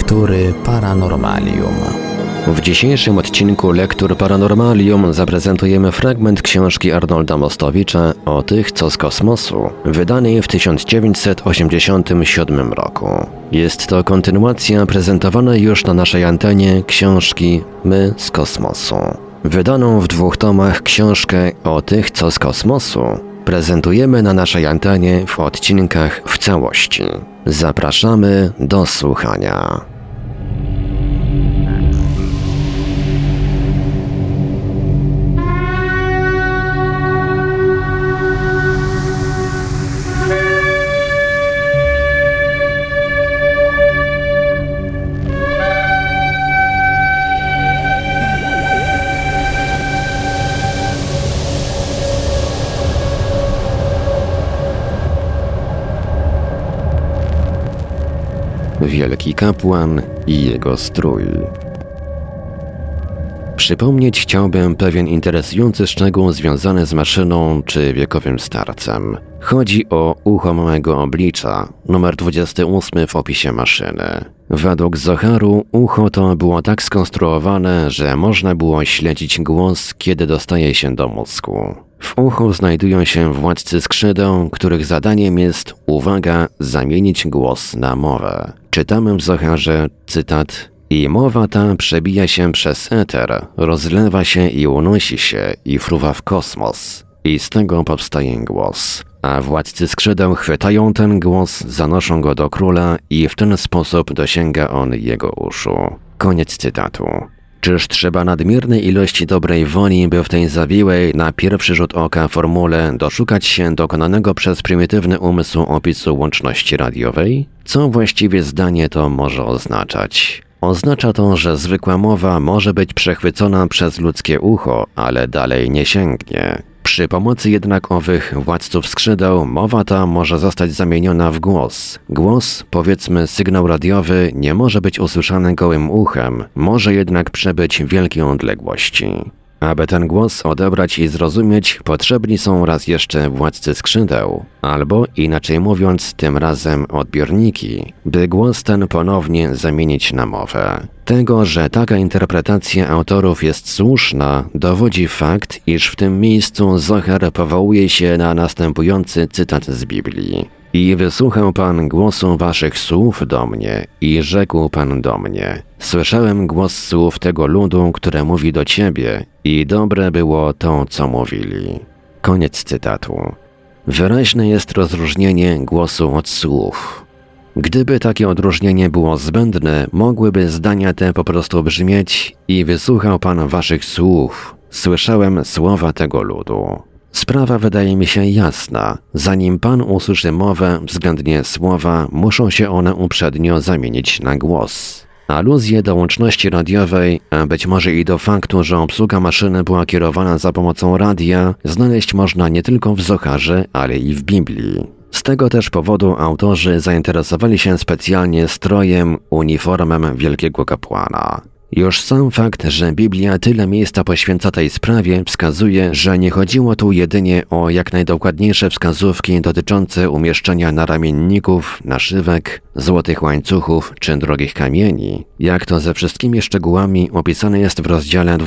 Lektury Paranormalium. W dzisiejszym odcinku Lektur Paranormalium zaprezentujemy fragment książki Arnolda Mostowicza o tych, co z kosmosu, wydanej w 1987 roku. Jest to kontynuacja prezentowanej już na naszej antenie książki My z kosmosu. Wydaną w 2 tomach książkę o tych, co z kosmosu prezentujemy na naszej antenie w odcinkach w całości. Zapraszamy do słuchania. Wielki kapłan i jego strój. Przypomnieć chciałbym pewien interesujący szczegół związany z maszyną czy wiekowym starcem. Chodzi o ucho małego oblicza, numer 28 w opisie maszyny. Według Zoharu ucho to było tak skonstruowane, że można było śledzić głos, kiedy dostaje się do mózgu. W uchu znajdują się władcy skrzydeł, których zadaniem jest, uwaga, zamienić głos na mowę. Czytamy w Zoharze, cytat: i mowa ta przebija się przez eter, rozlewa się i unosi się i fruwa w kosmos. I z tego powstaje głos. A władcy skrzydeł chwytają ten głos, zanoszą go do króla i w ten sposób dosięga on jego uszu. Koniec cytatu. Czyż trzeba nadmiernej ilości dobrej woli, by w tej zawiłej, na pierwszy rzut oka formule doszukać się dokonanego przez prymitywny umysł opisu łączności radiowej? Co właściwie zdanie to może oznaczać? Oznacza to, że zwykła mowa może być przechwycona przez ludzkie ucho, ale dalej nie sięgnie. Przy pomocy jednak owych władców skrzydeł mowa ta może zostać zamieniona w głos. Głos, powiedzmy sygnał radiowy, nie może być usłyszany gołym uchem, może jednak przebyć wielkie odległości. Aby ten głos odebrać i zrozumieć, potrzebni są raz jeszcze władcy skrzydeł, albo inaczej mówiąc, tym razem odbiorniki, by głos ten ponownie zamienić na mowę. Tego, że taka interpretacja autorów jest słuszna, dowodzi fakt, iż w tym miejscu Zohar powołuje się na następujący cytat z Biblii. I wysłuchał Pan głosu waszych słów do mnie i rzekł Pan do mnie: słyszałem głos słów tego ludu, które mówi do ciebie i dobre było to, co mówili. Koniec cytatu. Wyraźne jest rozróżnienie głosu od słów. Gdyby takie odróżnienie było zbędne, mogłyby zdania te po prostu brzmieć: i wysłuchał Pan waszych słów, słyszałem słowa tego ludu. Sprawa wydaje mi się jasna. Zanim Pan usłyszy mowę, względnie słowa, muszą się one uprzednio zamienić na głos. Aluzje do łączności radiowej, a być może i do faktu, że obsługa maszyny była kierowana za pomocą radia, znaleźć można nie tylko w Zoharze, ale i w Biblii. Z tego też powodu autorzy zainteresowali się specjalnie strojem, uniformem wielkiego kapłana. Już sam fakt, że Biblia tyle miejsca poświęca tej sprawie, wskazuje, że nie chodziło tu jedynie o jak najdokładniejsze wskazówki dotyczące umieszczenia naramienników, naszywek, złotych łańcuchów czy drogich kamieni, jak to ze wszystkimi szczegółami opisane jest w rozdziale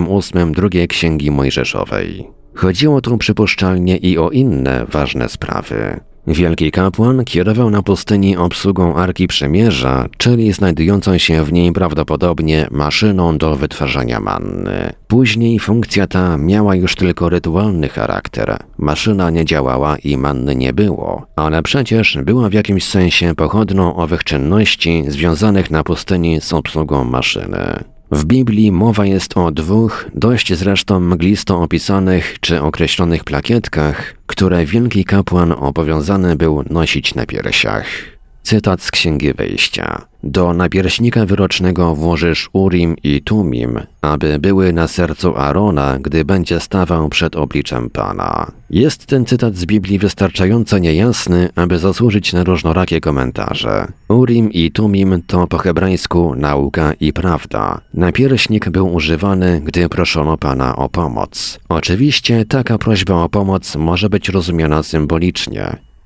28 drugiej Księgi Mojżeszowej. Chodziło tu przypuszczalnie i o inne ważne sprawy. Wielki kapłan kierował na pustyni obsługą Arki Przymierza, czyli znajdującą się w niej prawdopodobnie maszyną do wytwarzania manny. Później funkcja ta miała już tylko rytualny charakter. Maszyna nie działała i manny nie było, ale przecież była w jakimś sensie pochodną owych czynności związanych na pustyni z obsługą maszyny. W Biblii mowa jest o 2, dość zresztą mglisto opisanych czy określonych plakietkach, które wielki kapłan obowiązany był nosić na piersiach. Cytat z Księgi Wyjścia. Do napierśnika wyrocznego włożysz Urim i Tumim, aby były na sercu Aarona, gdy będzie stawał przed obliczem Pana. Jest ten cytat z Biblii wystarczająco niejasny, aby zasłużyć na różnorakie komentarze. Urim i Tumim to po hebrajsku nauka i prawda. Napierśnik był używany, gdy proszono Pana o pomoc. Oczywiście taka prośba o pomoc może być rozumiana symbolicznie.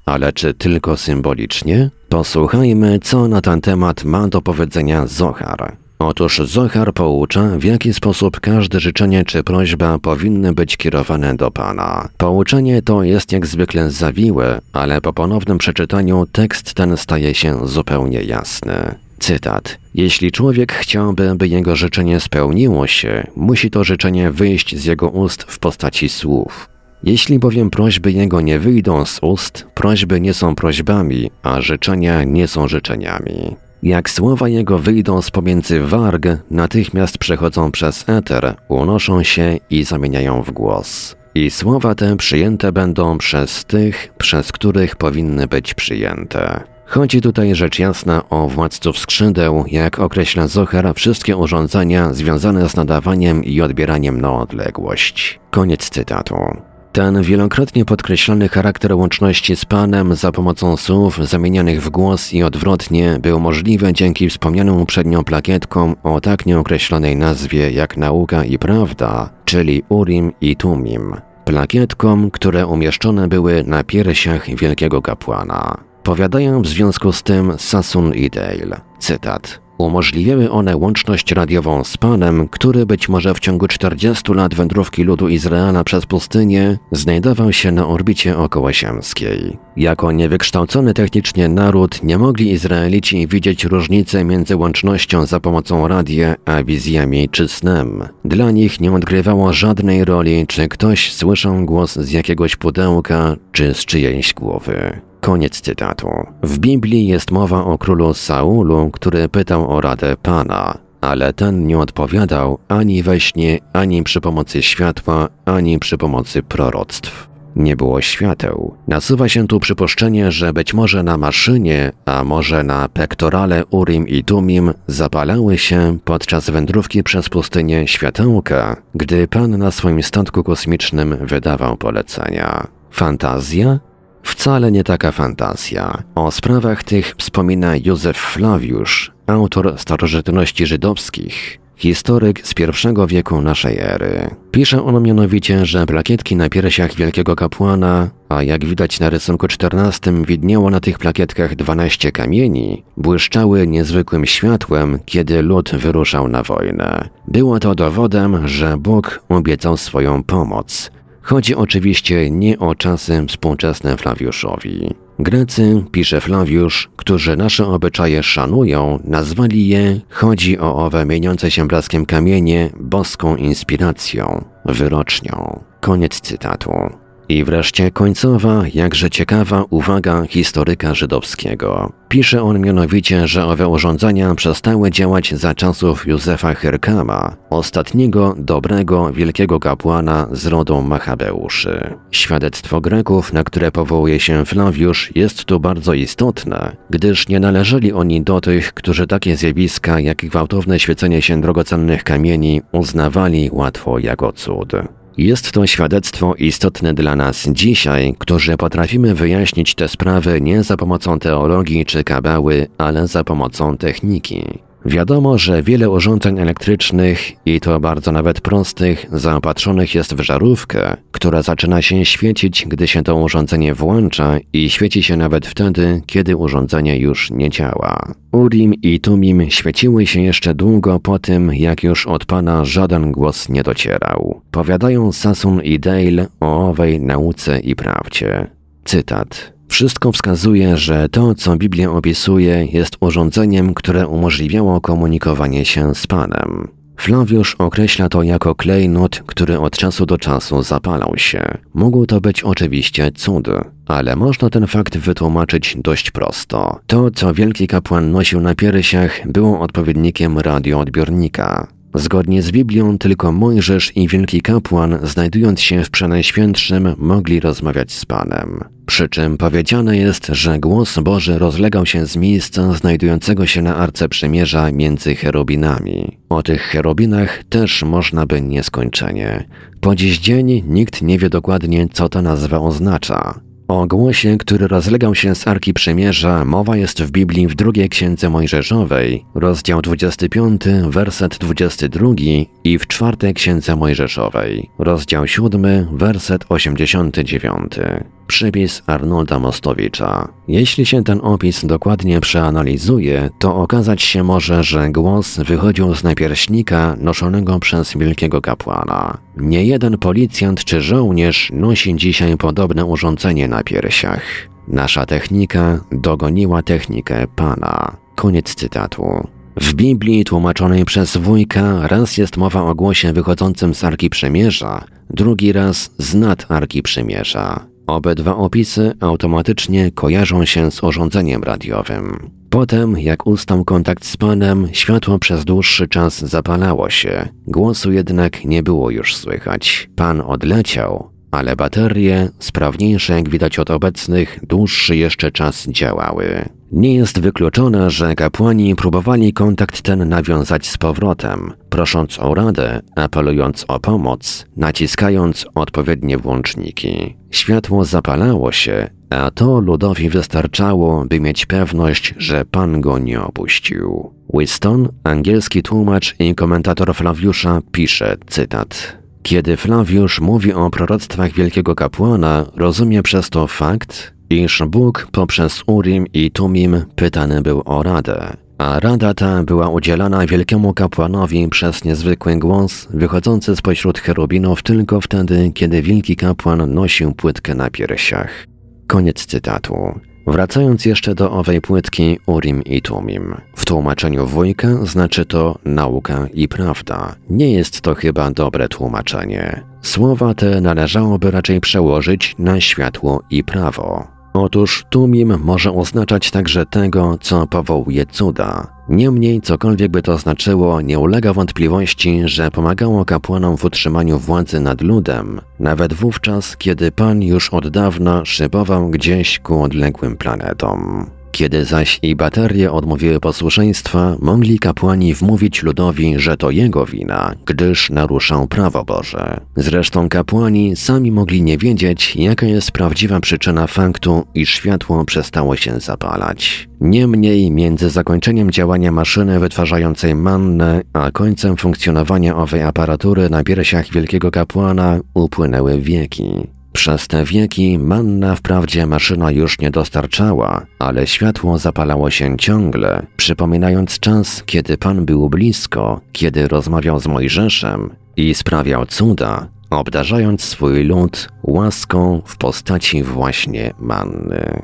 Ale czy tylko symbolicznie? Posłuchajmy, co na ten temat ma do powiedzenia Zohar. Otóż Zohar poucza, w jaki sposób każde życzenie czy prośba powinny być kierowane do Pana. Pouczenie to jest jak zwykle zawiłe, ale po ponownym przeczytaniu tekst ten staje się zupełnie jasny. Cytat. Jeśli człowiek chciałby, by jego życzenie spełniło się, musi to życzenie wyjść z jego ust w postaci słów. Jeśli bowiem prośby jego nie wyjdą z ust, prośby nie są prośbami, a życzenia nie są życzeniami. Jak słowa jego wyjdą z pomiędzy warg, natychmiast przechodzą przez eter, unoszą się i zamieniają w głos. I słowa te przyjęte będą przez tych, przez których powinny być przyjęte. Chodzi tutaj rzecz jasna o władców skrzydeł, jak określa Zohar, wszystkie urządzenia związane z nadawaniem i odbieraniem na odległość. Koniec cytatu. Ten wielokrotnie podkreślany charakter łączności z Panem za pomocą słów zamienianych w głos i odwrotnie był możliwy dzięki wspomnianym uprzednio plakietkom o tak nieokreślonej nazwie jak Nauka i Prawda, czyli Urim i Tumim. Plakietkom, które umieszczone były na piersiach wielkiego kapłana. Powiadają w związku z tym Sassoon i Dale. Cytat. Umożliwiały one łączność radiową z Panem, który być może w ciągu 40 lat wędrówki ludu Izraela przez pustynię znajdował się na orbicie okołosiemskiej. Jako niewykształcony technicznie naród nie mogli Izraelici widzieć różnicy między łącznością za pomocą radia a wizjami czy snem. Dla nich nie odgrywało żadnej roli, czy ktoś słyszał głos z jakiegoś pudełka, czy z czyjejś głowy. Koniec cytatu. W Biblii jest mowa o królu Saulu, który pytał o radę Pana, ale ten nie odpowiadał ani we śnie, ani przy pomocy światła, ani przy pomocy proroctw. Nie było świateł. Nasuwa się tu przypuszczenie, że być może na maszynie, a może na pektorale Urim i Tumim zapalały się podczas wędrówki przez pustynię światełka, gdy Pan na swoim statku kosmicznym wydawał polecenia. Fantazja? Wcale nie taka fantazja. O sprawach tych wspomina Józef Flawiusz, autor starożytności żydowskich, historyk z I wieku naszej ery. Pisze on mianowicie, że plakietki na piersiach wielkiego kapłana, a jak widać na rysunku 14 widniało na tych plakietkach 12 kamieni, błyszczały niezwykłym światłem, kiedy lud wyruszał na wojnę. Było to dowodem, że Bóg obiecał swoją pomoc. Chodzi oczywiście nie o czasy współczesne Flawiuszowi. Grecy, pisze Flawiusz, którzy nasze obyczaje szanują, nazwali je, chodzi o owe mieniące się blaskiem kamienie, boską inspiracją, wyrocznią. Koniec cytatu. I wreszcie końcowa, jakże ciekawa uwaga historyka żydowskiego. Pisze on mianowicie, że owe urządzenia przestały działać za czasów Józefa Hyrkama, ostatniego, dobrego, wielkiego kapłana z rodu Machabeuszy. Świadectwo Greków, na które powołuje się Flawiusz, jest tu bardzo istotne, gdyż nie należeli oni do tych, którzy takie zjawiska jak gwałtowne świecenie się drogocennych kamieni uznawali łatwo jako cud. Jest to świadectwo istotne dla nas dzisiaj, którzy potrafimy wyjaśnić te sprawy nie za pomocą teologii czy kabały, ale za pomocą techniki. Wiadomo, że wiele urządzeń elektrycznych, i to bardzo nawet prostych, zaopatrzonych jest w żarówkę, która zaczyna się świecić, gdy się to urządzenie włącza i świeci się nawet wtedy, kiedy urządzenie już nie działa. Urim i Tumim świeciły się jeszcze długo po tym, jak już od Pana żaden głos nie docierał. Powiadają Sassoon i Dale o owej nauce i prawdzie. Cytat. Wszystko wskazuje, że to, co Biblia opisuje, jest urządzeniem, które umożliwiało komunikowanie się z Panem. Flawiusz określa to jako klejnot, który od czasu do czasu zapalał się. Mógł to być oczywiście cud, ale można ten fakt wytłumaczyć dość prosto. To, co wielki kapłan nosił na piersiach, było odpowiednikiem radioodbiornika. Zgodnie z Biblią tylko Mojżesz i wielki kapłan, znajdując się w Przenajświętszym, mogli rozmawiać z Panem. Przy czym powiedziane jest, że głos Boży rozlegał się z miejsca znajdującego się na Arce Przymierza między cherubinami. O tych cherubinach też można by nieskończenie. Po dziś dzień nikt nie wie dokładnie, co ta nazwa oznacza. O głosie, który rozlegał się z Arki Przymierza, mowa jest w Biblii w drugiej Księdze Mojżeszowej, rozdział 25, werset 22 i w czwartej Księdze Mojżeszowej, rozdział 7, werset 89. Przypis Arnolda Mostowicza. Jeśli się ten opis dokładnie przeanalizuje, to okazać się może, że głos wychodził z napierśnika noszonego przez wielkiego kapłana. Niejeden policjant czy żołnierz nosi dzisiaj podobne urządzenie na piersiach. Nasza technika dogoniła technikę Pana. Koniec cytatu. W Biblii tłumaczonej przez wujka raz jest mowa o głosie wychodzącym z Arki Przymierza, drugi raz z nad Arki Przymierza. Obydwa opisy automatycznie kojarzą się z urządzeniem radiowym. Potem, jak ustał kontakt z Panem, światło przez dłuższy czas zapalało się. Głosu jednak nie było już słychać. Pan odleciał, ale baterie, sprawniejsze jak widać od obecnych, dłuższy jeszcze czas działały. Nie jest wykluczone, że kapłani próbowali kontakt ten nawiązać z powrotem, prosząc o radę, apelując o pomoc, naciskając odpowiednie włączniki. Światło zapalało się, a to ludowi wystarczało, by mieć pewność, że Pan go nie opuścił. Whiston, angielski tłumacz i komentator Flawiusza, pisze, cytat: Kiedy Flawiusz mówi o proroctwach wielkiego kapłana, rozumie przez to fakt, iż Bóg poprzez Urim i Tumim pytany był o radę, a rada ta była udzielana wielkiemu kapłanowi przez niezwykły głos wychodzący spośród cherubinów tylko wtedy, kiedy wielki kapłan nosił płytkę na piersiach. Koniec cytatu. Wracając jeszcze do owej płytki Urim i Tumim. W tłumaczeniu wujka znaczy to nauka i prawda. Nie jest to chyba dobre tłumaczenie. Słowa te należałoby raczej przełożyć na światło i prawo. Otóż Tumim może oznaczać także tego, co powołuje cuda. Niemniej, cokolwiek by to znaczyło, nie ulega wątpliwości, że pomagało kapłanom w utrzymaniu władzy nad ludem, nawet wówczas, kiedy Pan już od dawna szybował gdzieś ku odległym planetom. Kiedy zaś i baterie odmówiły posłuszeństwa, mogli kapłani wmówić ludowi, że to jego wina, gdyż naruszał prawo Boże. Zresztą kapłani sami mogli nie wiedzieć, jaka jest prawdziwa przyczyna faktu, iż światło przestało się zapalać. Niemniej między zakończeniem działania maszyny wytwarzającej mannę, a końcem funkcjonowania owej aparatury na piersiach wielkiego kapłana upłynęły wieki. Przez te wieki manna wprawdzie maszyna już nie dostarczała, ale światło zapalało się ciągle, przypominając czas, kiedy Pan był blisko, kiedy rozmawiał z Mojżeszem i sprawiał cuda, obdarzając swój lud łaską w postaci właśnie manny.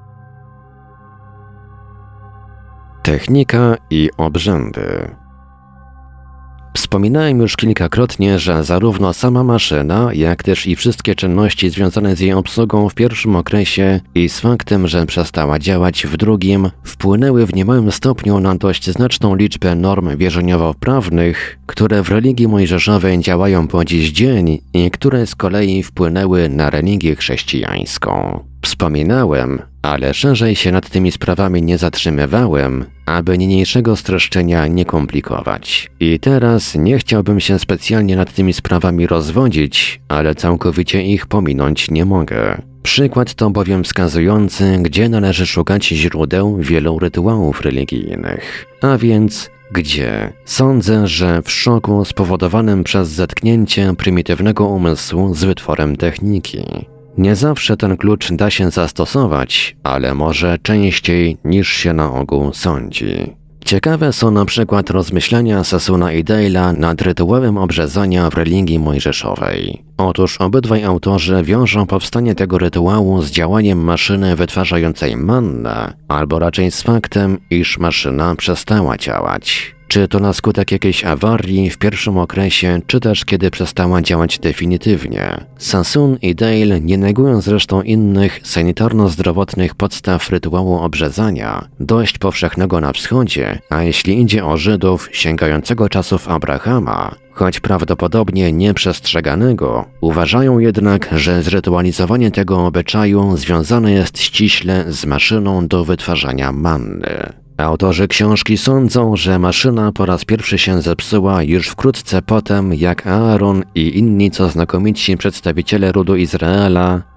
Technika i obrzędy. Wspominałem już kilkakrotnie, że zarówno sama maszyna, jak też i wszystkie czynności związane z jej obsługą w pierwszym okresie i z faktem, że przestała działać w drugim, wpłynęły w niemałym stopniu na dość znaczną liczbę norm wierzeniowo-prawnych, które w religii mojżeszowej działają po dziś dzień i które z kolei wpłynęły na religię chrześcijańską. Wspominałem, ale szerzej się nad tymi sprawami nie zatrzymywałem, aby niniejszego streszczenia nie komplikować. I teraz nie chciałbym się specjalnie nad tymi sprawami rozwodzić, ale całkowicie ich pominąć nie mogę. Przykład to bowiem wskazujący, gdzie należy szukać źródeł wielu rytuałów religijnych. A więc gdzie? Sądzę, że w szoku spowodowanym przez zetknięcie prymitywnego umysłu z wytworem techniki. Nie zawsze ten klucz da się zastosować, ale może częściej niż się na ogół sądzi. Ciekawe są na przykład rozmyślania Sassoona i Dale'a nad rytuałem obrzezania w religii mojżeszowej. Otóż obydwaj autorzy wiążą powstanie tego rytuału z działaniem maszyny wytwarzającej mannę, albo raczej z faktem, iż maszyna przestała działać. Czy to na skutek jakiejś awarii w pierwszym okresie, czy też kiedy przestała działać definitywnie. Sassoon i Dale nie negują zresztą innych sanitarno-zdrowotnych podstaw rytuału obrzezania, dość powszechnego na wschodzie, a jeśli idzie o Żydów sięgającego czasów Abrahama, choć prawdopodobnie nieprzestrzeganego, uważają jednak, że zrytualizowanie tego obyczaju związane jest ściśle z maszyną do wytwarzania manny. Autorzy książki sądzą, że maszyna po raz pierwszy się zepsuła już wkrótce potem, jak Aaron i inni co znakomici przedstawiciele ludu Izraela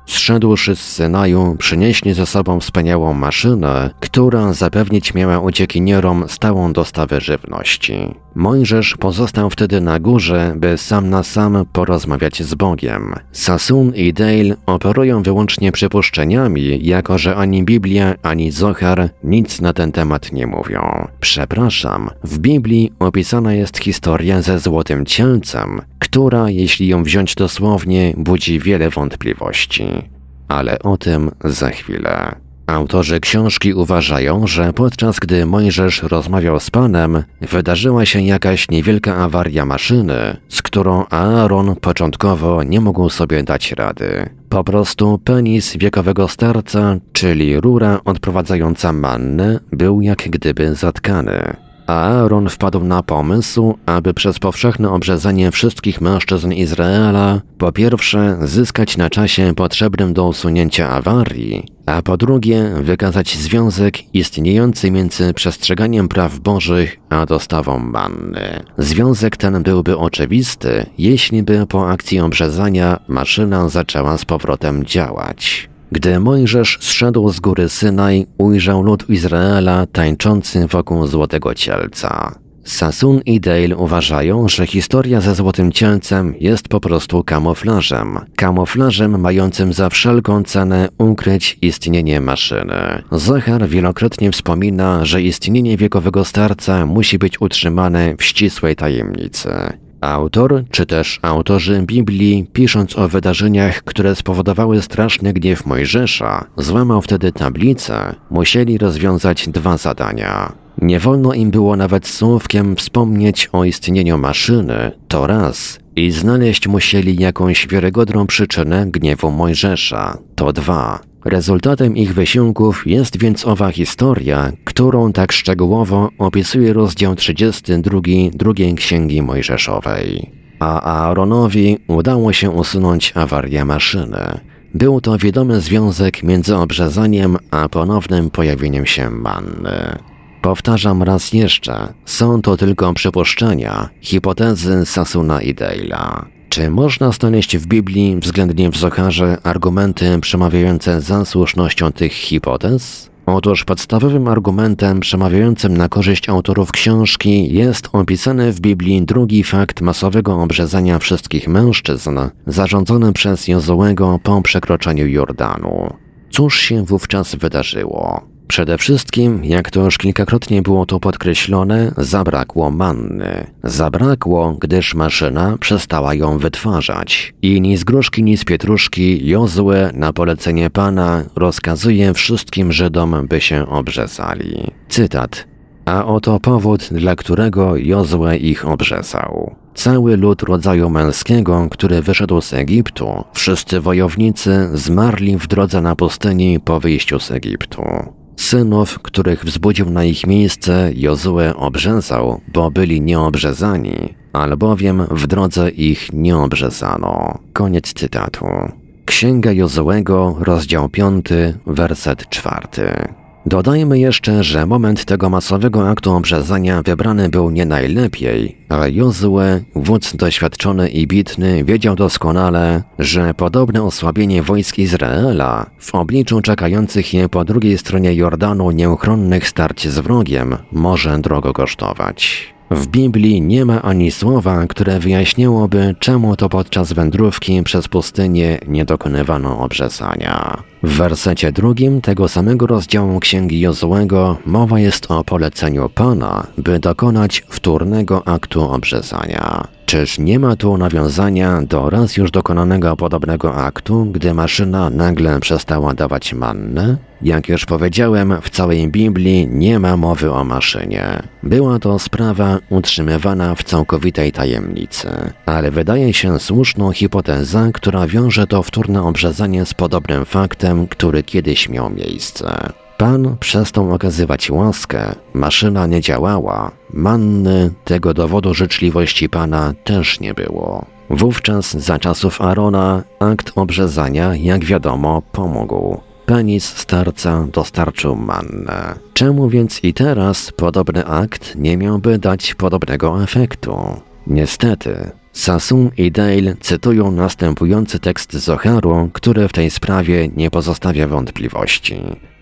Zszedłszy z Synaju, przynieśli ze sobą wspaniałą maszynę, która zapewnić miała uciekinierom stałą dostawę żywności. Mojżesz pozostał wtedy na górze, by sam na sam porozmawiać z Bogiem. Sasun i Dale operują wyłącznie przypuszczeniami, jako że ani Biblia, ani Zohar nic na ten temat nie mówią. Przepraszam, w Biblii opisana jest historia ze złotym cielcem, która, jeśli ją wziąć dosłownie, budzi wiele wątpliwości. Ale o tym za chwilę. Autorzy książki uważają, że podczas gdy Mojżesz rozmawiał z Panem, wydarzyła się jakaś niewielka awaria maszyny, z którą Aaron początkowo nie mógł sobie dać rady. Po prostu penis wiekowego starca, czyli rura odprowadzająca mannę, był jak gdyby zatkany. Aaron wpadł na pomysł, aby przez powszechne obrzezanie wszystkich mężczyzn Izraela po pierwsze zyskać na czasie potrzebnym do usunięcia awarii, a po drugie wykazać związek istniejący między przestrzeganiem praw bożych a dostawą manny. Związek ten byłby oczywisty, jeśli by po akcji obrzezania maszyna zaczęła z powrotem działać. Gdy Mojżesz zszedł z góry Synaj, ujrzał lud Izraela tańczący wokół złotego cielca. Sasun i Dale uważają, że historia ze złotym cielcem jest po prostu kamuflażem. Kamuflażem mającym za wszelką cenę ukryć istnienie maszyny. Zohar wielokrotnie wspomina, że istnienie wiekowego starca musi być utrzymane w ścisłej tajemnicy. Autor, czy też autorzy Biblii, pisząc o wydarzeniach, które spowodowały straszny gniew Mojżesza, złamał wtedy tablicę, musieli rozwiązać dwa zadania. Nie wolno im było nawet słówkiem wspomnieć o istnieniu maszyny, to raz, i znaleźć musieli jakąś wiarygodną przyczynę gniewu Mojżesza, to dwa. Rezultatem ich wysiłków jest więc owa historia, którą tak szczegółowo opisuje rozdział 32 drugiej Księgi Mojżeszowej. A Aaronowi udało się usunąć awarię maszyny. Był to wiadomy związek między obrzezaniem a ponownym pojawieniem się manny. Powtarzam raz jeszcze, są to tylko przypuszczenia, hipotezy Sasuna i Dale'a. Czy można znaleźć w Biblii, względnie w Zoharze, argumenty przemawiające za słusznością tych hipotez? Otóż podstawowym argumentem przemawiającym na korzyść autorów książki jest opisany w Biblii drugi fakt masowego obrzezania wszystkich mężczyzn, zarządzony przez Jozuego po przekroczeniu Jordanu. Cóż się wówczas wydarzyło? Przede wszystkim, jak to już kilkakrotnie było tu podkreślone, zabrakło manny. Zabrakło, gdyż maszyna przestała ją wytwarzać. I ni z gruszki, ni z pietruszki Jozue na polecenie Pana rozkazuje wszystkim Żydom, by się obrzezali. Cytat. A oto powód, dla którego Jozue ich obrzezał. Cały lud rodzaju męskiego, który wyszedł z Egiptu, wszyscy wojownicy zmarli w drodze na pustyni po wyjściu z Egiptu. Synów, których wzbudził na ich miejsce, Jozue obrzezał, bo byli nieobrzezani, albowiem w drodze ich nie obrzezano. Koniec cytatu. Księga Jozuego, rozdział 5, werset 4. Dodajmy jeszcze, że moment tego masowego aktu obrzezania wybrany był nie najlepiej, ale Jozue, wódz doświadczony i bitny, wiedział doskonale, że podobne osłabienie wojsk Izraela w obliczu czekających je po drugiej stronie Jordanu nieuchronnych starć z wrogiem może drogo kosztować. W Biblii nie ma ani słowa, które wyjaśniłoby, czemu to podczas wędrówki przez pustynię nie dokonywano obrzezania. W wersecie 2 tego samego rozdziału Księgi Jozuego mowa jest o poleceniu Pana, by dokonać wtórnego aktu obrzezania. Czyż nie ma tu nawiązania do raz już dokonanego podobnego aktu, gdy maszyna nagle przestała dawać mannę? Jak już powiedziałem, w całej Biblii nie ma mowy o maszynie. Była to sprawa utrzymywana w całkowitej tajemnicy. Ale wydaje się słuszną hipoteza, która wiąże to wtórne obrzezanie z podobnym faktem, który kiedyś miał miejsce. Pan przestał okazywać łaskę, maszyna nie działała, manny, tego dowodu życzliwości Pana też nie było. Wówczas za czasów Arona akt obrzezania, jak wiadomo, pomógł. Penis starca dostarczył mannę. Czemu więc i teraz podobny akt nie miałby dać podobnego efektu? Niestety, Sassoon i Dale cytują następujący tekst Zoharu, który w tej sprawie nie pozostawia wątpliwości.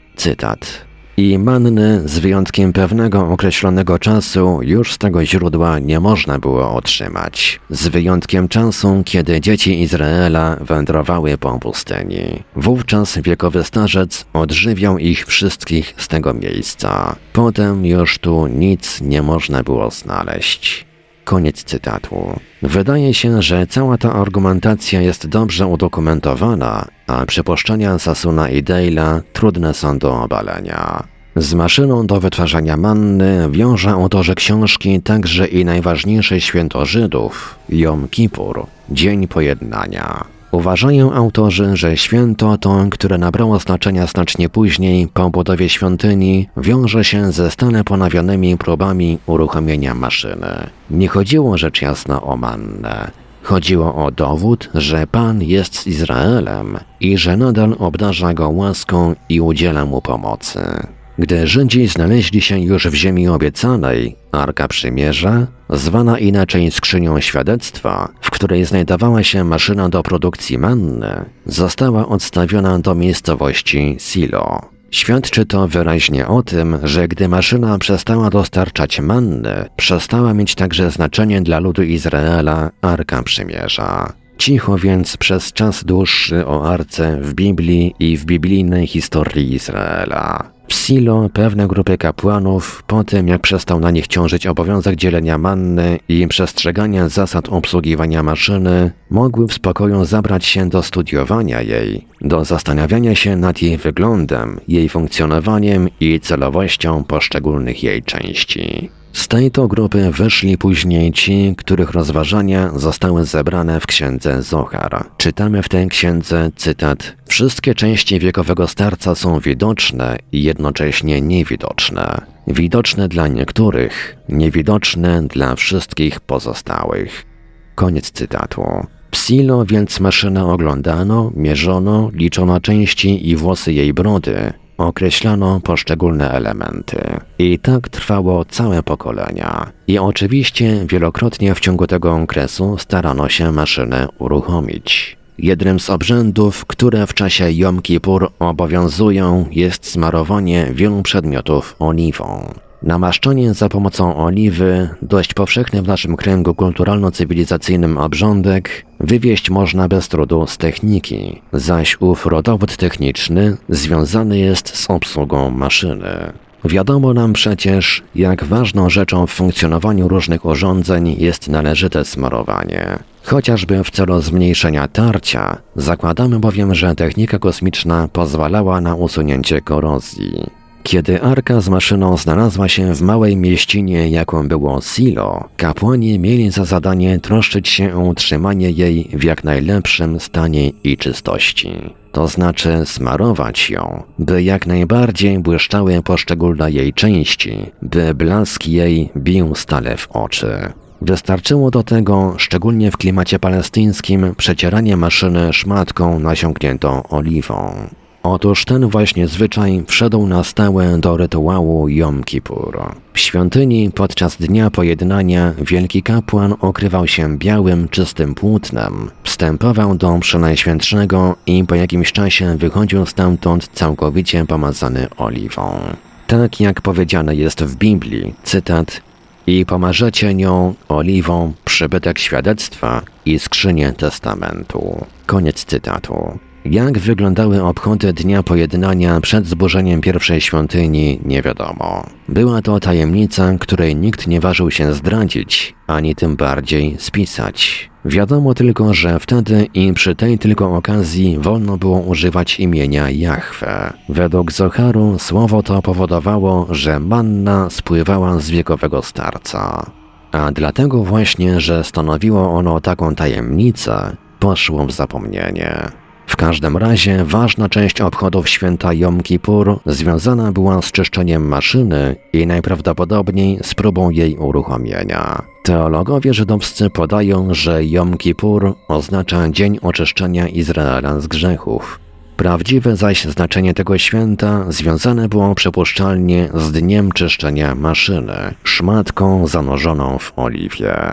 Cytat. I manny z wyjątkiem pewnego określonego czasu już z tego źródła nie można było otrzymać. Z wyjątkiem czasu, kiedy dzieci Izraela wędrowały po pustyni. Wówczas wiekowy starzec odżywiał ich wszystkich z tego miejsca. Potem już tu nic nie można było znaleźć. Koniec cytatu. Wydaje się, że cała ta argumentacja jest dobrze udokumentowana, a przypuszczenia Sassoona i Dale'a trudne są do obalenia. Z maszyną do wytwarzania manny wiąże autorzy książki także i najważniejsze święto Żydów, Jom Kippur, Dzień Pojednania. Uważają autorzy, że święto to, które nabrało znaczenia znacznie później po budowie świątyni, wiąże się ze stale ponawianymi próbami uruchomienia maszyny. Nie chodziło rzecz jasna o mannę. Chodziło o dowód, że Pan jest z Izraelem i że nadal obdarza go łaską i udziela mu pomocy. Gdy Żydzi znaleźli się już w ziemi obiecanej, Arka Przymierza, zwana inaczej Skrzynią Świadectwa, w której znajdowała się maszyna do produkcji manny, została odstawiona do miejscowości Silo. Świadczy to wyraźnie o tym, że gdy maszyna przestała dostarczać manny, przestała mieć także znaczenie dla ludu Izraela Arka Przymierza. Cicho więc przez czas dłuższy o Arce w Biblii i w biblijnej historii Izraela. W Silo pewne grupy kapłanów, po tym jak przestał na nich ciążyć obowiązek dzielenia manny i przestrzegania zasad obsługiwania maszyny, mogły w spokoju zabrać się do studiowania jej, do zastanawiania się nad jej wyglądem, jej funkcjonowaniem i celowością poszczególnych jej części. Z tej to grupy wyszli później ci, których rozważania zostały zebrane w księdze Zohar. Czytamy w tej księdze, cytat, wszystkie części wiekowego starca są widoczne i jednocześnie niewidoczne. Widoczne dla niektórych, niewidoczne dla wszystkich pozostałych. Koniec cytatu. W Silo więc maszynę oglądano, mierzono, liczono części i włosy jej brody. Określano poszczególne elementy. I tak trwało całe pokolenia. I oczywiście wielokrotnie w ciągu tego okresu starano się maszynę uruchomić. Jednym z obrzędów, które w czasie Jom Kippur obowiązują, jest smarowanie wielu przedmiotów oliwą. Namaszczanie za pomocą oliwy, dość powszechny w naszym kręgu kulturalno-cywilizacyjnym obrządek, wywieść można bez trudu z techniki, zaś ów rodowód techniczny związany jest z obsługą maszyny. Wiadomo nam przecież, jak ważną rzeczą w funkcjonowaniu różnych urządzeń jest należyte smarowanie. Chociażby w celu zmniejszenia tarcia, zakładamy bowiem, że technika kosmiczna pozwalała na usunięcie korozji. Kiedy Arka z maszyną znalazła się w małej mieścinie, jaką było Silo, kapłani mieli za zadanie troszczyć się o utrzymanie jej w jak najlepszym stanie i czystości. To znaczy smarować ją, by jak najbardziej błyszczały poszczególne jej części, by blask jej bił stale w oczy. Wystarczyło do tego, szczególnie w klimacie palestyńskim, przecieranie maszyny szmatką nasiąkniętą oliwą. Otóż ten właśnie zwyczaj wszedł na stałe do rytuału Jom Kippur. W świątyni podczas Dnia Pojednania wielki kapłan okrywał się białym, czystym płótnem, wstępował do Przenajświętszego i po jakimś czasie wychodził stamtąd całkowicie pomazany oliwą. Tak jak powiedziane jest w Biblii, cytat, i pomarzecie nią oliwą przybytek świadectwa i skrzynię testamentu. Koniec cytatu. Jak wyglądały obchody Dnia Pojednania przed zburzeniem pierwszej świątyni, nie wiadomo. Była to tajemnica, której nikt nie ważył się zdradzić, ani tym bardziej spisać. Wiadomo tylko, że wtedy i przy tej tylko okazji wolno było używać imienia Jahwe. Według Zoharu słowo to powodowało, że manna spływała z wiekowego starca. A dlatego właśnie, że stanowiło ono taką tajemnicę, poszło w zapomnienie. W każdym razie ważna część obchodów święta Jom Kippur związana była z czyszczeniem maszyny i najprawdopodobniej z próbą jej uruchomienia. Teologowie żydowscy podają, że Jom Kippur oznacza Dzień Oczyszczenia Izraela z grzechów. Prawdziwe zaś znaczenie tego święta związane było przypuszczalnie z dniem czyszczenia maszyny, szmatką zanurzoną w oliwie.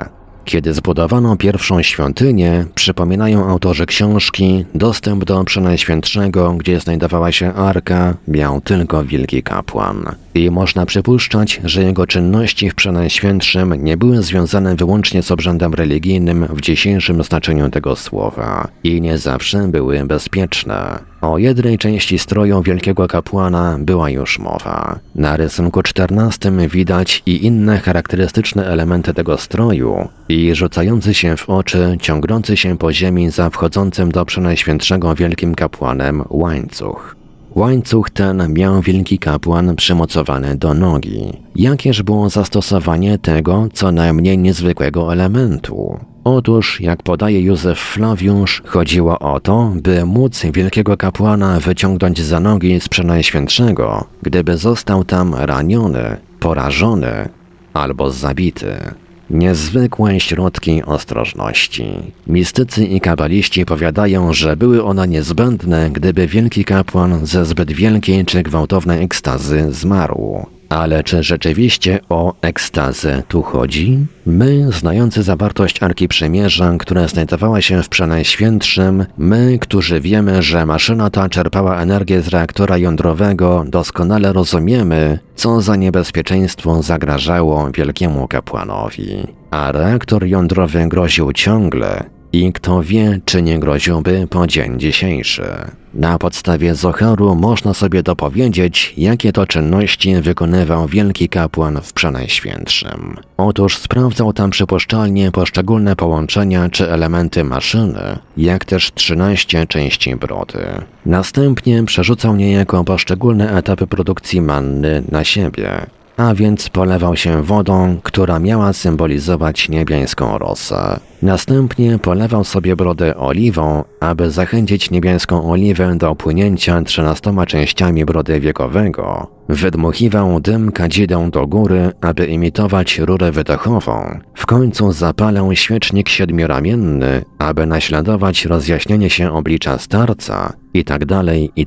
Kiedy zbudowano pierwszą świątynię, przypominają autorzy książki, dostęp do Przenajświętszego, gdzie znajdowała się arka, miał tylko wielki kapłan. I można przypuszczać, że jego czynności w Przenajświętszym nie były związane wyłącznie z obrzędem religijnym w dzisiejszym znaczeniu tego słowa i nie zawsze były bezpieczne. O jednej części stroju wielkiego kapłana była już mowa. Na rysunku 14 widać i inne charakterystyczne elementy tego stroju i rzucający się w oczy, ciągnący się po ziemi za wchodzącym do Przenajświętszego wielkim kapłanem łańcuch. Łańcuch ten miał wielki kapłan przymocowany do nogi. Jakież było zastosowanie tego co najmniej niezwykłego elementu? Otóż, jak podaje Józef Flawiusz, chodziło o to, by móc wielkiego kapłana wyciągnąć za nogi z Przenajświętszego, gdyby został tam raniony, porażony albo zabity. Niezwykłe środki ostrożności. Mistycy i kabaliści powiadają, że były one niezbędne, gdyby wielki kapłan ze zbyt wielkiej czy gwałtownej ekstazy zmarł. Ale czy rzeczywiście o ekstazę tu chodzi? My, znający zawartość Arki Przymierza, która znajdowała się w Przenajświętszym, my, którzy wiemy, że maszyna ta czerpała energię z reaktora jądrowego, doskonale rozumiemy, co za niebezpieczeństwo zagrażało wielkiemu kapłanowi. A reaktor jądrowy groził ciągle i kto wie, czy nie groziłby po dzień dzisiejszy. Na podstawie Zoharu można sobie dopowiedzieć, jakie to czynności wykonywał wielki kapłan w Przenajświętszym. Otóż sprawdzał tam przypuszczalnie poszczególne połączenia czy elementy maszyny, jak też 13 części brody. Następnie przerzucał niejako poszczególne etapy produkcji manny na siebie, a więc polewał się wodą, która miała symbolizować niebiańską rosę. Następnie polewał sobie brodę oliwą, aby zachęcić niebiańską oliwę do płynięcia 13 częściami brody wiekowego. Wydmuchiwał dym kadzideł do góry, aby imitować rurę wydechową. W końcu zapalał świecznik siedmioramienny, aby naśladować rozjaśnienie się oblicza starca itd.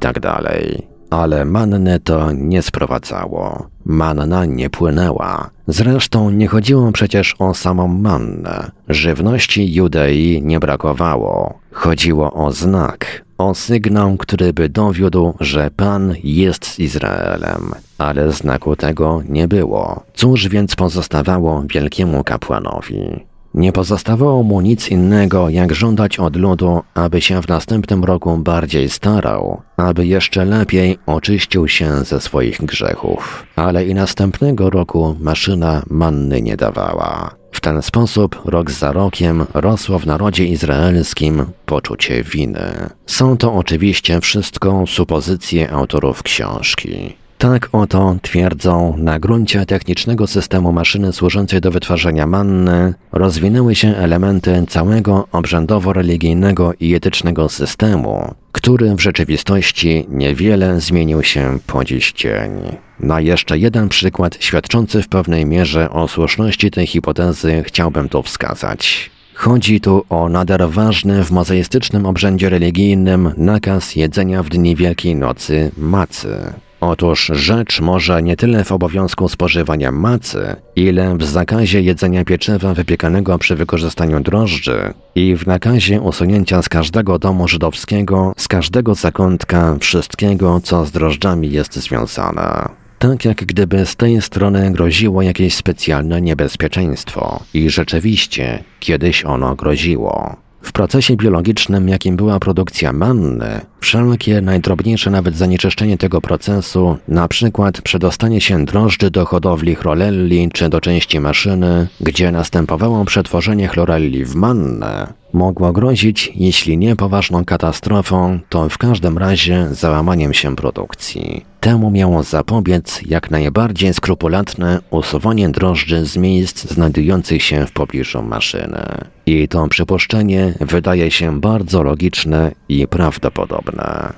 Ale manny to nie sprowadzało. Manna nie płynęła. Zresztą nie chodziło przecież o samą mannę. Żywności Judei nie brakowało. Chodziło o znak, o sygnał, który by dowiódł, że Pan jest z Izraelem. Ale znaku tego nie było. Cóż więc pozostawało wielkiemu kapłanowi? Nie pozostawało mu nic innego, jak żądać od ludu, aby się w następnym roku bardziej starał, aby jeszcze lepiej oczyścił się ze swoich grzechów. Ale i następnego roku maszyna manny nie dawała. W ten sposób rok za rokiem rosło w narodzie izraelskim poczucie winy. Są to oczywiście wszystko supozycje autorów książki. Tak oto twierdzą, na gruncie technicznego systemu maszyny służącej do wytwarzania manny rozwinęły się elementy całego obrzędowo-religijnego i etycznego systemu, który w rzeczywistości niewiele zmienił się po dziś dzień. Na jeszcze jeden przykład świadczący w pewnej mierze o słuszności tej hipotezy chciałbym tu wskazać. Chodzi tu o nader ważny w mozaistycznym obrzędzie religijnym nakaz jedzenia w dni Wielkiej Nocy macy. Otóż rzecz może nie tyle w obowiązku spożywania macy, ile w zakazie jedzenia pieczywa wypiekanego przy wykorzystaniu drożdży i w nakazie usunięcia z każdego domu żydowskiego, z każdego zakątka wszystkiego, co z drożdżami jest związane. Tak jak gdyby z tej strony groziło jakieś specjalne niebezpieczeństwo. I rzeczywiście, kiedyś ono groziło. W procesie biologicznym, jakim była produkcja manny, wszelkie najdrobniejsze nawet zanieczyszczenie tego procesu, na przykład przedostanie się drożdży do hodowli chlorelli czy do części maszyny, gdzie następowało przetworzenie chlorelli w mannę, mogło grozić, jeśli nie poważną katastrofą, to w każdym razie załamaniem się produkcji. Temu miało zapobiec jak najbardziej skrupulatne usuwanie drożdży z miejsc znajdujących się w pobliżu maszyny. I to przypuszczenie wydaje się bardzo logiczne i prawdopodobne.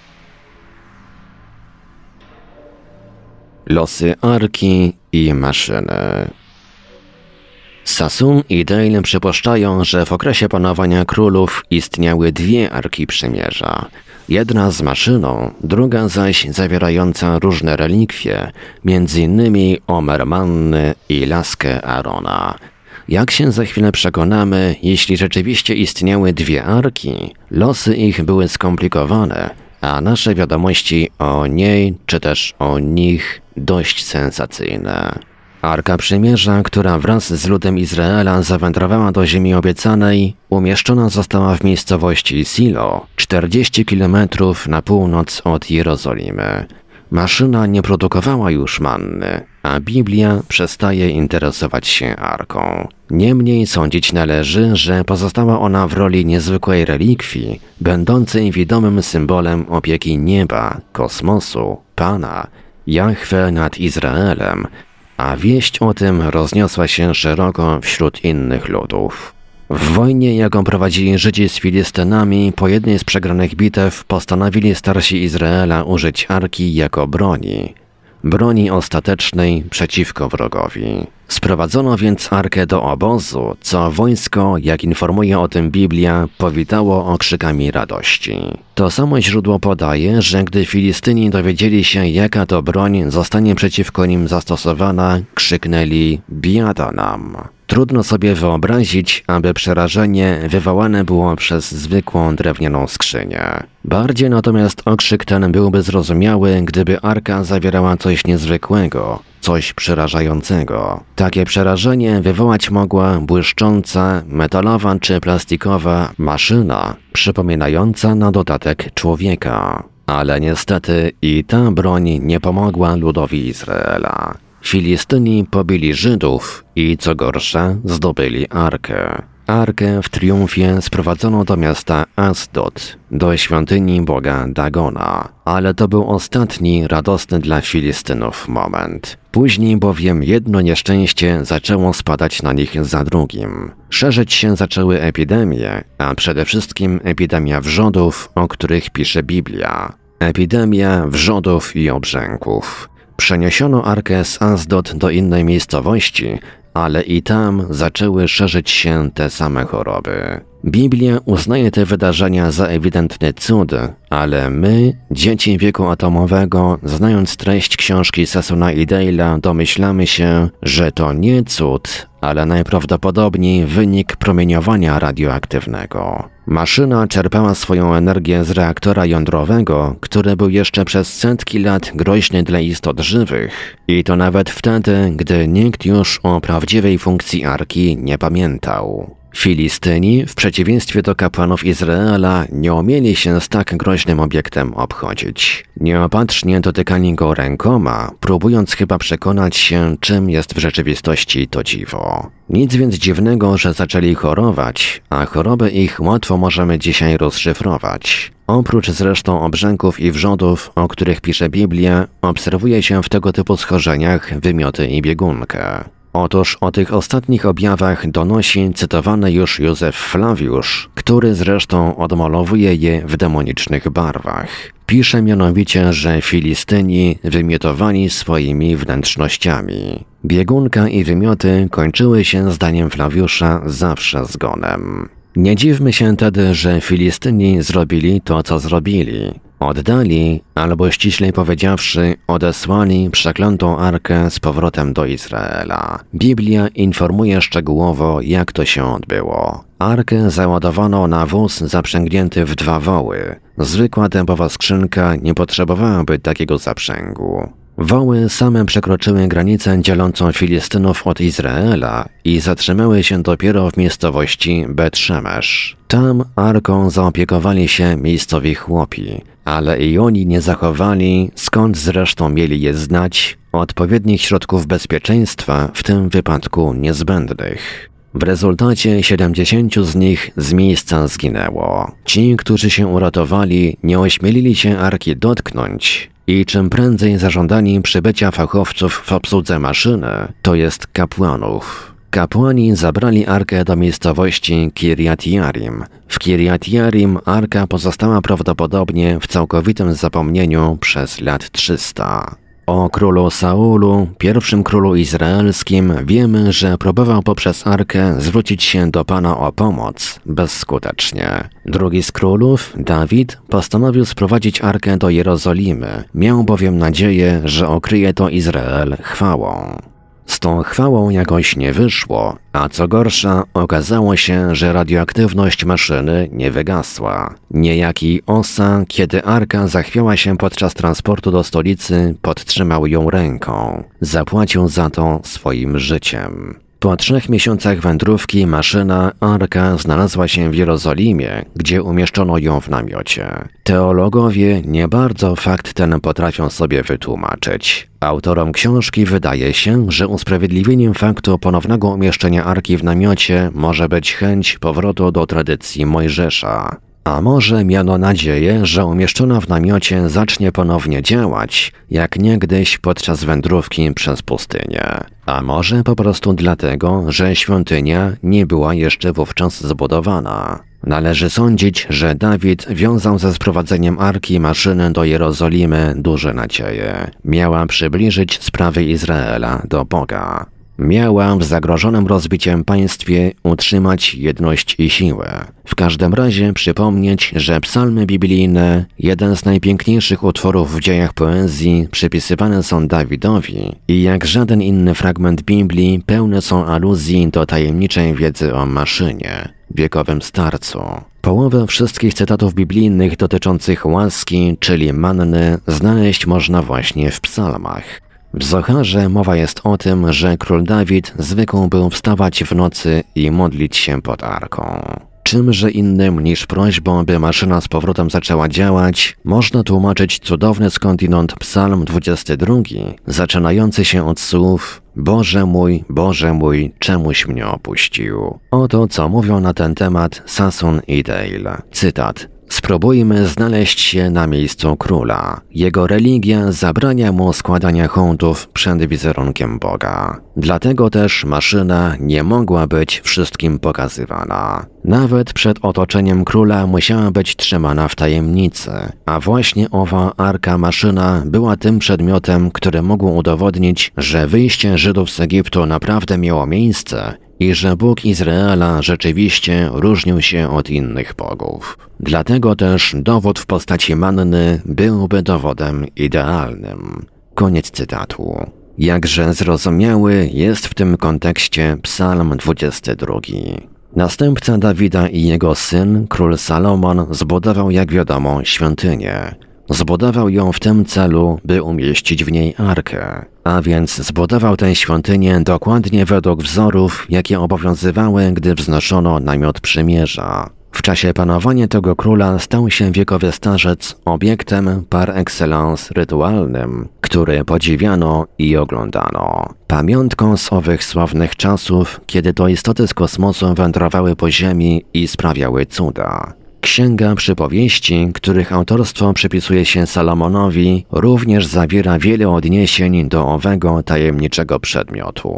Losy Arki i maszyny. Sassoon i Dale przypuszczają, że w okresie panowania królów istniały dwie Arki Przymierza. Jedna z maszyną, druga zaś zawierająca różne relikwie, m.in. Omer Manny i laskę Arona. Jak się za chwilę przekonamy, jeśli rzeczywiście istniały dwie arki, losy ich były skomplikowane, a nasze wiadomości o niej, czy też o nich, dość sensacyjne. Arka Przymierza, która wraz z ludem Izraela zawędrowała do ziemi obiecanej, umieszczona została w miejscowości Silo, 40 km na północ od Jerozolimy. Maszyna nie produkowała już manny, a Biblia przestaje interesować się arką. Niemniej sądzić należy, że pozostała ona w roli niezwykłej relikwii, będącej widomym symbolem opieki nieba, kosmosu, Pana, Jahwe nad Izraelem, a wieść o tym rozniosła się szeroko wśród innych ludów. W wojnie, jaką prowadzili Żydzi z Filistynami, po jednej z przegranych bitew postanowili starsi Izraela użyć arki jako broni ostatecznej przeciwko wrogowi. Sprowadzono więc arkę do obozu, co wojsko, jak informuje o tym Biblia, powitało okrzykami radości. To samo źródło podaje, że gdy Filistyni dowiedzieli się, jaka to broń zostanie przeciwko nim zastosowana, krzyknęli: biada nam. Trudno sobie wyobrazić, aby przerażenie wywołane było przez zwykłą drewnianą skrzynię. Bardziej natomiast okrzyk ten byłby zrozumiały, gdyby arka zawierała coś niezwykłego, coś przerażającego. Takie przerażenie wywołać mogła błyszcząca, metalowa czy plastikowa maszyna, przypominająca na dodatek człowieka. Ale niestety i ta broń nie pomogła ludowi Izraela. Filistyni pobili Żydów i, co gorsza, zdobyli arkę. Arkę w triumfie sprowadzono do miasta Asdod, do świątyni boga Dagona. Ale to był ostatni radosny dla Filistynów moment. Później bowiem jedno nieszczęście zaczęło spadać na nich za drugim. Szerzyć się zaczęły epidemie, a przede wszystkim epidemia wrzodów, o których pisze Biblia. Epidemia wrzodów i obrzęków. Przeniesiono arkę z Asdod do innej miejscowości, ale i tam zaczęły szerzyć się te same choroby. Biblia uznaje te wydarzenia za ewidentny cud, ale my, dzieci wieku atomowego, znając treść książki Sessona i Dale'a, domyślamy się, że to nie cud, ale najprawdopodobniej wynik promieniowania radioaktywnego. Maszyna czerpała swoją energię z reaktora jądrowego, który był jeszcze przez setki lat groźny dla istot żywych, i to nawet wtedy, gdy nikt już o prawdziwej funkcji arki nie pamiętał. Filistyni, w przeciwieństwie do kapłanów Izraela, nie umieli się z tak groźnym obiektem obchodzić. Nieopatrznie dotykali go rękoma, próbując chyba przekonać się, czym jest w rzeczywistości to dziwo. Nic więc dziwnego, że zaczęli chorować, a choroby ich łatwo możemy dzisiaj rozszyfrować. Oprócz zresztą obrzęków i wrzodów, o których pisze Biblia, obserwuje się w tego typu schorzeniach wymioty i biegunkę. Otóż o tych ostatnich objawach donosi cytowany już Józef Flawiusz, który zresztą odmalowuje je w demonicznych barwach. Pisze mianowicie, że Filistyni wymiotowali swoimi wnętrznościami. Biegunka i wymioty kończyły się, zdaniem Flawiusza, zawsze zgonem. Nie dziwmy się tedy, że Filistyni zrobili to, co zrobili. Oddali, albo ściślej powiedziawszy, odesłali przeklętą arkę z powrotem do Izraela. Biblia informuje szczegółowo, jak to się odbyło. Arkę załadowano na wóz zaprzęgnięty w 2 woły. Zwykła dębowa skrzynka nie potrzebowałaby takiego zaprzęgu. Woły same przekroczyły granicę dzielącą Filistynów od Izraela i zatrzymały się dopiero w miejscowości Bet-Szemesz. Tam arką zaopiekowali się miejscowi chłopi, ale i oni nie zachowali, skąd zresztą mieli je znać, odpowiednich środków bezpieczeństwa, w tym wypadku niezbędnych. W rezultacie 70 z nich z miejsca zginęło. Ci, którzy się uratowali, nie ośmielili się arki dotknąć i czym prędzej zażądali przybycia fachowców w obsłudze maszyny, to jest kapłanów. Kapłani zabrali arkę do miejscowości Kirjat Jarim. W Kirjat Jarim arka pozostała prawdopodobnie w całkowitym zapomnieniu przez lat 300. O królu Saulu, pierwszym królu izraelskim, wiemy, że próbował poprzez arkę zwrócić się do Pana o pomoc, bezskutecznie. Drugi z królów, Dawid, postanowił sprowadzić arkę do Jerozolimy, miał bowiem nadzieję, że okryje to Izrael chwałą. Z tą chwałą jakoś nie wyszło, a co gorsza, okazało się, że radioaktywność maszyny nie wygasła. Niejaki Osa, kiedy arka zachwiała się podczas transportu do stolicy, podtrzymał ją ręką. Zapłacił za to swoim życiem. Po 3 miesiącach wędrówki maszyna arka znalazła się w Jerozolimie, gdzie umieszczono ją w namiocie. Teologowie nie bardzo fakt ten potrafią sobie wytłumaczyć. Autorom książki wydaje się, że usprawiedliwieniem faktu ponownego umieszczenia arki w namiocie może być chęć powrotu do tradycji Mojżesza. A może miano nadzieję, że umieszczona w namiocie zacznie ponownie działać, jak niegdyś podczas wędrówki przez pustynię. A może po prostu dlatego, że świątynia nie była jeszcze wówczas zbudowana. Należy sądzić, że Dawid wiązał ze sprowadzeniem arki maszyny do Jerozolimy duże nadzieje. Miała przybliżyć sprawy Izraela do Boga. Miała w zagrożonym rozbiciem państwie utrzymać jedność i siłę. W każdym razie przypomnieć, że psalmy biblijne, jeden z najpiękniejszych utworów w dziejach poezji, przypisywane są Dawidowi i jak żaden inny fragment Biblii pełne są aluzji do tajemniczej wiedzy o maszynie, wiekowym starcu. Połowę wszystkich cytatów biblijnych dotyczących łaski, czyli manny, znaleźć można właśnie w psalmach. W Zocharze mowa jest o tym, że król Dawid zwykł był wstawać w nocy i modlić się pod arką. Czymże innym niż prośbą, by maszyna z powrotem zaczęła działać, można tłumaczyć cudowny skądinąd psalm 22, zaczynający się od słów Boże mój, czemuś mnie opuścił. Oto co mówią na ten temat Sasun i Dale. Cytat. Spróbujmy znaleźć się na miejscu króla. Jego religia zabrania mu składania hołdów przed wizerunkiem Boga. Dlatego też maszyna nie mogła być wszystkim pokazywana. Nawet przed otoczeniem króla musiała być trzymana w tajemnicy, a właśnie owa arka maszyna była tym przedmiotem, który mógł udowodnić, że wyjście Żydów z Egiptu naprawdę miało miejsce i że Bóg Izraela rzeczywiście różnił się od innych bogów. Dlatego też dowód w postaci manny byłby dowodem idealnym. Koniec cytatu. Jakże zrozumiały jest w tym kontekście Psalm 22. Następca Dawida i jego syn, król Salomon, zbudował, jak wiadomo, świątynię. Zbudował ją w tym celu, by umieścić w niej arkę. A więc zbudował tę świątynię dokładnie według wzorów, jakie obowiązywały, gdy wznoszono namiot przymierza. W czasie panowania tego króla stał się wiekowy starzec obiektem par excellence rytualnym, który podziwiano i oglądano. Pamiątką z owych sławnych czasów, kiedy to istoty z kosmosu wędrowały po ziemi i sprawiały cuda. Księga Przypowieści, których autorstwo przypisuje się Salomonowi, również zawiera wiele odniesień do owego tajemniczego przedmiotu.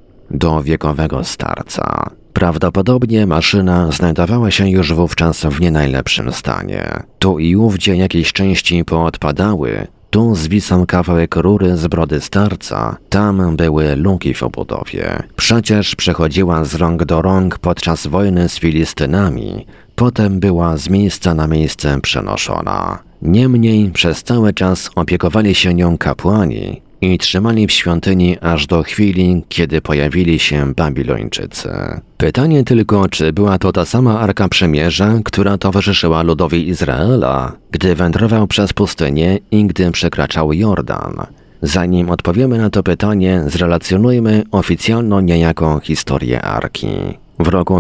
Do wiekowego starca. Prawdopodobnie maszyna znajdowała się już wówczas w nie najlepszym stanie. Tu i ówdzie jakieś części poodpadały, tu zwisał kawałek rury z brody starca, tam były luki w obudowie. Przecież przechodziła z rąk do rąk podczas wojny z Filistynami, potem była z miejsca na miejsce przenoszona. Niemniej przez cały czas opiekowali się nią kapłani i trzymali w świątyni aż do chwili, kiedy pojawili się Babilończycy. Pytanie tylko, czy była to ta sama Arka Przymierza, która towarzyszyła ludowi Izraela, gdy wędrował przez pustynię i gdy przekraczał Jordan. Zanim odpowiemy na to pytanie, zrelacjonujmy oficjalną niejako historię Arki. W roku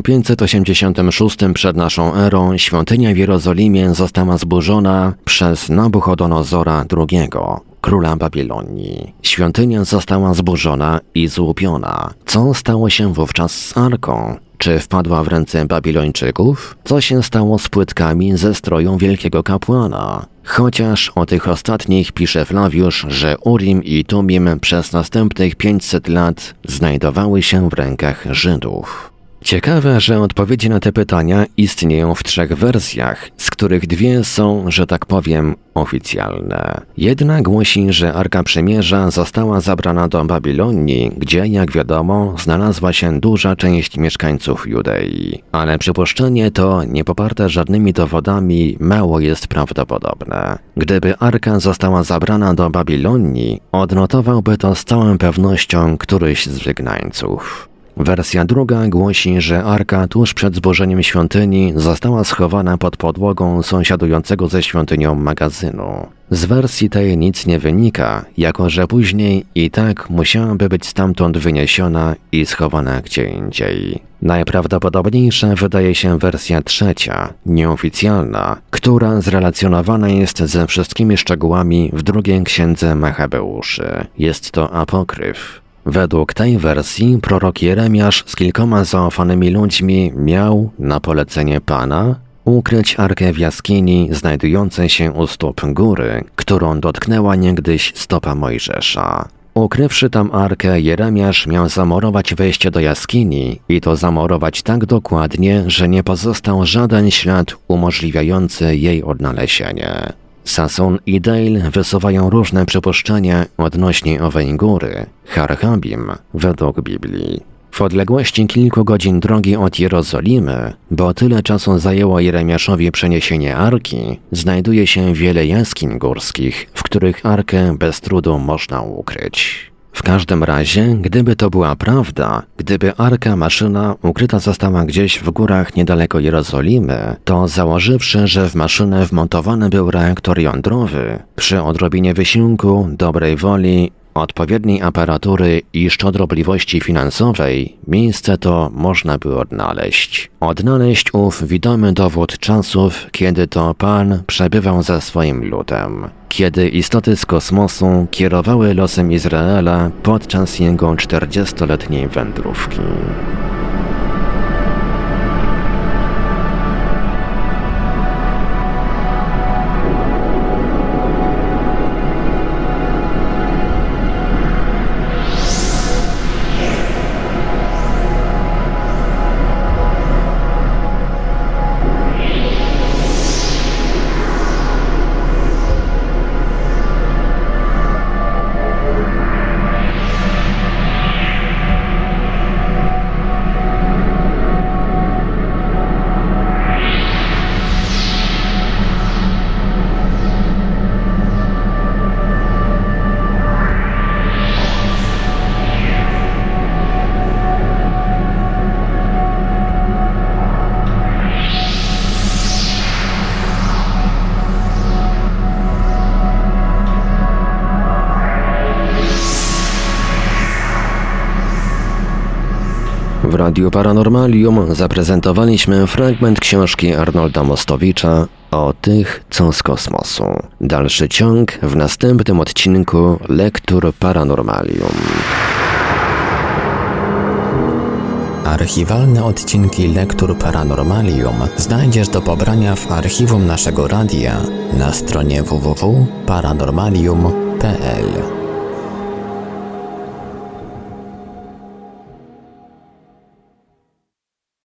586 przed naszą erą świątynia w Jerozolimie została zburzona przez Nabuchodonozora II, króla Babilonii. Świątynia została zburzona i złupiona. Co stało się wówczas z Arką? Czy wpadła w ręce Babilończyków? Co się stało z płytkami ze stroju wielkiego kapłana? Chociaż o tych ostatnich pisze Flawiusz, że Urim i Tumim przez następnych 500 lat znajdowały się w rękach Żydów. Ciekawe, że odpowiedzi na te pytania istnieją w 3 wersjach, z których 2 są, że tak powiem, oficjalne. Jedna głosi, że Arka Przymierza została zabrana do Babilonii, gdzie, jak wiadomo, znalazła się duża część mieszkańców Judei. Ale przypuszczenie to, nie poparte żadnymi dowodami, mało jest prawdopodobne. Gdyby Arka została zabrana do Babilonii, odnotowałby to z całą pewnością któryś z wygnańców. Wersja druga głosi, że Arka tuż przed zburzeniem świątyni została schowana pod podłogą sąsiadującego ze świątynią magazynu. Z wersji tej nic nie wynika, jako że później i tak musiałaby być stamtąd wyniesiona i schowana gdzie indziej. Najprawdopodobniejsza wydaje się wersja trzecia, nieoficjalna, która zrelacjonowana jest ze wszystkimi szczegółami w drugiej księdze Machabeuszy. Jest to apokryf. Według tej wersji prorok Jeremiasz z kilkoma zaufanymi ludźmi miał, na polecenie Pana, ukryć Arkę w jaskini znajdującej się u stóp góry, którą dotknęła niegdyś stopa Mojżesza. Ukrywszy tam Arkę, Jeremiasz miał zamurować wejście do jaskini i to zamurować tak dokładnie, że nie pozostał żaden ślad umożliwiający jej odnalezienie. Sasun i Dale wysuwają różne przypuszczenia odnośnie owej góry, Har Habim, według Biblii. W odległości kilku godzin drogi od Jerozolimy, bo tyle czasu zajęło Jeremiaszowi przeniesienie Arki, znajduje się wiele jaskiń górskich, w których Arkę bez trudu można ukryć. W każdym razie, gdyby to była prawda, gdyby Arka maszyna ukryta została gdzieś w górach niedaleko Jerozolimy, to założywszy, że w maszynę wmontowany był reaktor jądrowy, przy odrobinie wysiłku, dobrej woli, odpowiedniej aparatury i szczodrobliwości finansowej, miejsce to można by odnaleźć. Odnaleźć ów widomy dowód czasów, kiedy to Pan przebywał ze swoim ludem. Kiedy istoty z kosmosu kierowały losem Izraela podczas jego 40-letniej wędrówki. W Radiu Paranormalium zaprezentowaliśmy fragment książki Arnolda Mostowicza o tych, co z kosmosu. Dalszy ciąg w następnym odcinku Lektur Paranormalium. Archiwalne odcinki Lektur Paranormalium znajdziesz do pobrania w archiwum naszego radia na stronie www.paranormalium.pl.